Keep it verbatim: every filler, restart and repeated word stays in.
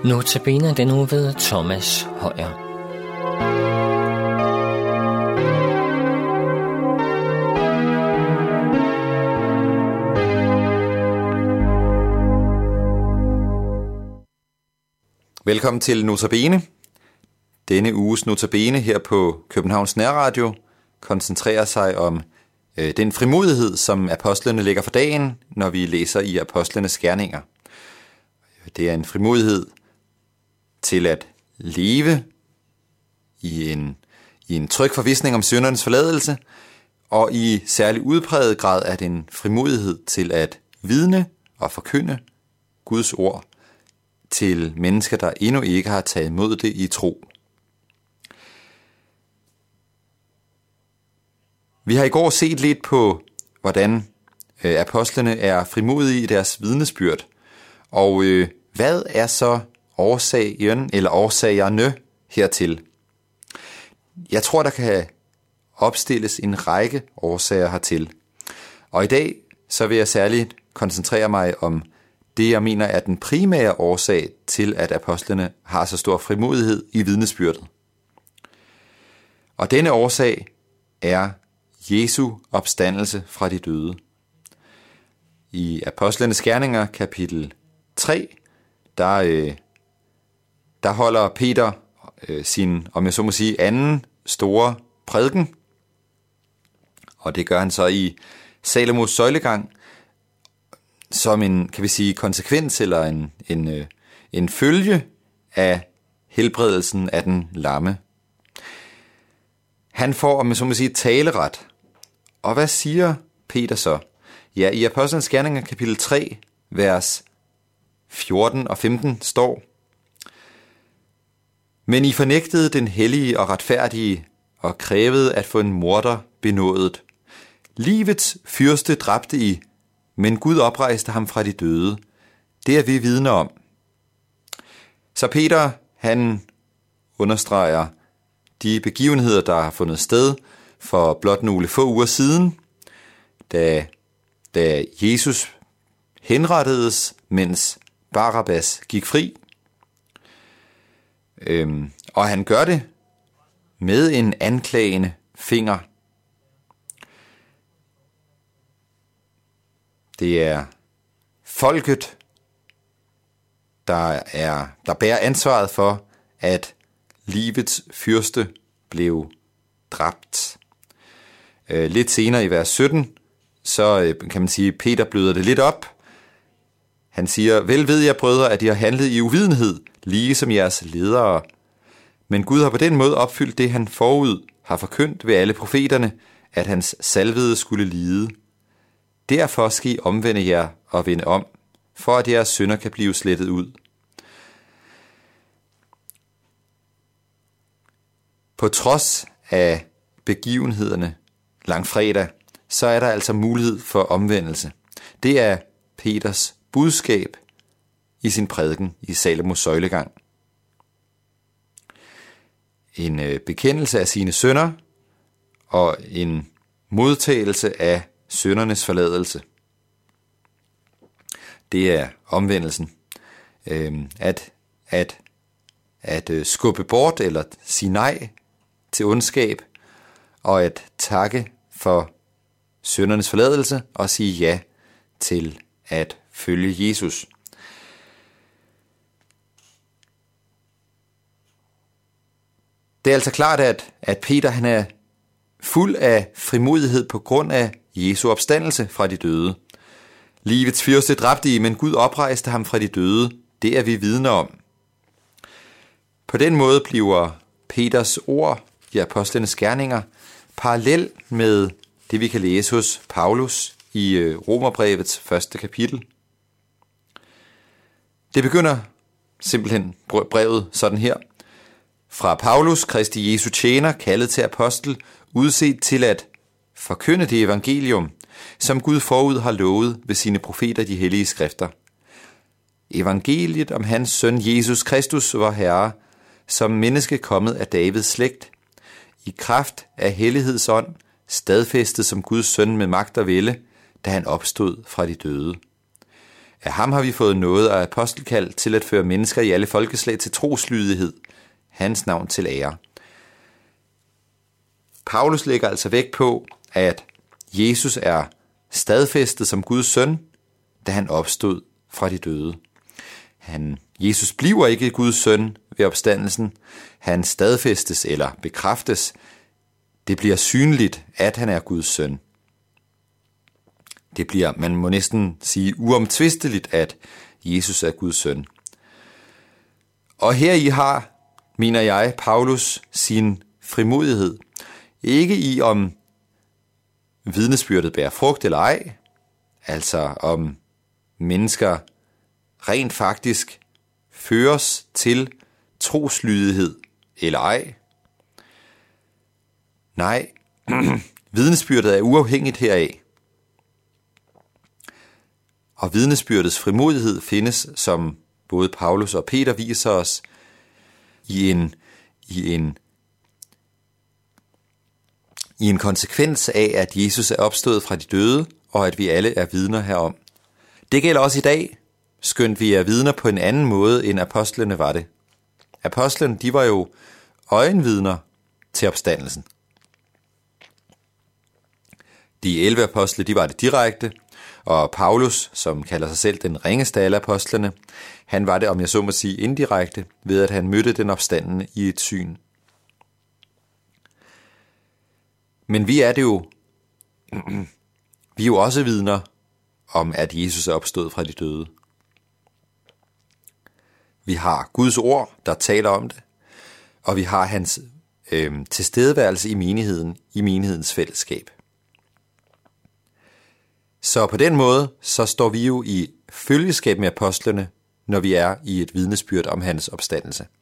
Notabene den uge ved Thomas Højer. Velkommen til Notabene. Denne uges Notabene her på Københavns Nærradio koncentrerer sig om øh, den frimodighed, som apostlene lægger for dagen, når vi læser i apostlenes gerninger. Det er en frimodighed til at leve i en, i en tryg forvisning om syndernes forladelse, og i særlig udpræget grad er det en frimodighed til at vidne og forkynde Guds ord til mennesker, der endnu ikke har taget imod det i tro. Vi har i går set lidt på, hvordan øh, apostlene er frimodige i deres vidnesbyrd, og øh, hvad er så årsagen eller årsagerne hertil? Jeg tror, der kan opstilles en række årsager hertil. Og i dag så vil jeg særligt koncentrere mig om det, jeg mener er den primære årsag til, at apostlene har så stor frimodighed i vidnesbyrdet. Og denne årsag er Jesu opstandelse fra de døde. I apostlenes gerninger kapitel tre, der, øh, der holder Peter øh, sin, om jeg så må sige, anden store prædiken. Og det gør han så i Salomos søjlegang, som en, kan vi sige, konsekvens eller en, en, øh, en følge af helbredelsen af den lamme. Han får, om jeg så må sige, taleret. Og hvad siger Peter så? Ja, i Apostlenes Gerninger kapitel tre, vers fjorten og femten står: Men I fornægtede den hellige og retfærdige, og krævede at få en morder benådet. Livets fyrste dræbte I, men Gud oprejste ham fra de døde. Det er vi vidner om. Så Peter, han understreger de begivenheder, der har fundet sted for blot nogle få uger siden, da, da Jesus henrettedes, mens Barabbas gik fri. Øhm, og han gør det med en anklagende finger. Det er folket, der, er, der bærer ansvaret for, at livets fyrste blev dræbt. Øh, lidt senere i vers sytten, så øh, kan man sige, Peter bløder det lidt op. Han siger: Vel ved jeg, brødre, at I har handlet i uvidenhed, lige som jeres ledere. Men Gud har på den måde opfyldt det, han forud har forkyndt ved alle profeterne, at hans salvede skulle lide. Derfor skal I omvende jer og vende om, for at jeres synder kan blive slettet ud. På trods af begivenhederne langfredag, så er der altså mulighed for omvendelse. Det er Peters budskab i sin prædiken i Salomos søjlegang. En bekendelse af sine synder og en modtagelse af syndernes forladelse. Det er omvendelsen. At, at, at skubbe bort eller sige nej til ondskab, og at takke for syndernes forladelse og sige ja til at følge Jesus. Det er altså klart, at, at Peter han er fuld af frimodighed på grund af Jesu opstandelse fra de døde. Livets fyrste dræbte I, men Gud oprejste ham fra de døde. Det er vi vidner om. På den måde bliver Peters ord i apostlenes gerninger parallel med det, vi kan læse hos Paulus i Romerbrevets første kapitel. Det begynder simpelthen brevet sådan her: Fra Paulus, Kristi Jesu tjener, kaldet til apostel, udset til at forkynde det evangelium, som Gud forud har lovet ved sine profeter de hellige skrifter. Evangeliet om hans søn Jesus Kristus, vor Herre, som menneske kommet af Davids slægt, i kraft af hellighedsånd, stadfæstet som Guds søn med magt og vælde, da han opstod fra de døde. Af ham har vi fået noget af apostelkald til at føre mennesker i alle folkeslag til troslydighed, hans navn til ære. Paulus lægger altså vægt på, at Jesus er stadfæstet som Guds søn, da han opstod fra de døde. Han, Jesus bliver ikke Guds søn ved opstandelsen. Han stadfæstes eller bekræftes. Det bliver synligt, at han er Guds søn. Det bliver, man må næsten sige, uomtvisteligt, at Jesus er Guds søn. Og heri har, mener jeg, Paulus sin frimodighed. Ikke i om vidnesbyrdet bærer frugt eller ej, altså om mennesker rent faktisk føres til troslydighed eller ej. Nej, vidnesbyrdet er uafhængigt heraf. Og vidnesbyrdets frimodighed findes, som både Paulus og Peter viser os, i en, i en, i en konsekvens af, at Jesus er opstået fra de døde, og at vi alle er vidner herom. Det gælder også i dag, skønt vi er vidner på en anden måde, end apostlene var det. Apostlene, de var jo øjenvidner til opstandelsen. De elleve apostle, de var det direkte, og Paulus, som kalder sig selv den ringeste af alle apostlene, han var det, om jeg så må sige, indirekte, ved at han mødte den opstandende i et syn. Men vi er det jo, vi er jo også vidner om, at Jesus er opstået fra de døde. Vi har Guds ord, der taler om det, og vi har hans øh, tilstedeværelse i menigheden, i menighedens fællesskab. Så på den måde, så står vi jo i følgeskab med apostlene, når vi er i et vidnesbyrd om hans opstandelse.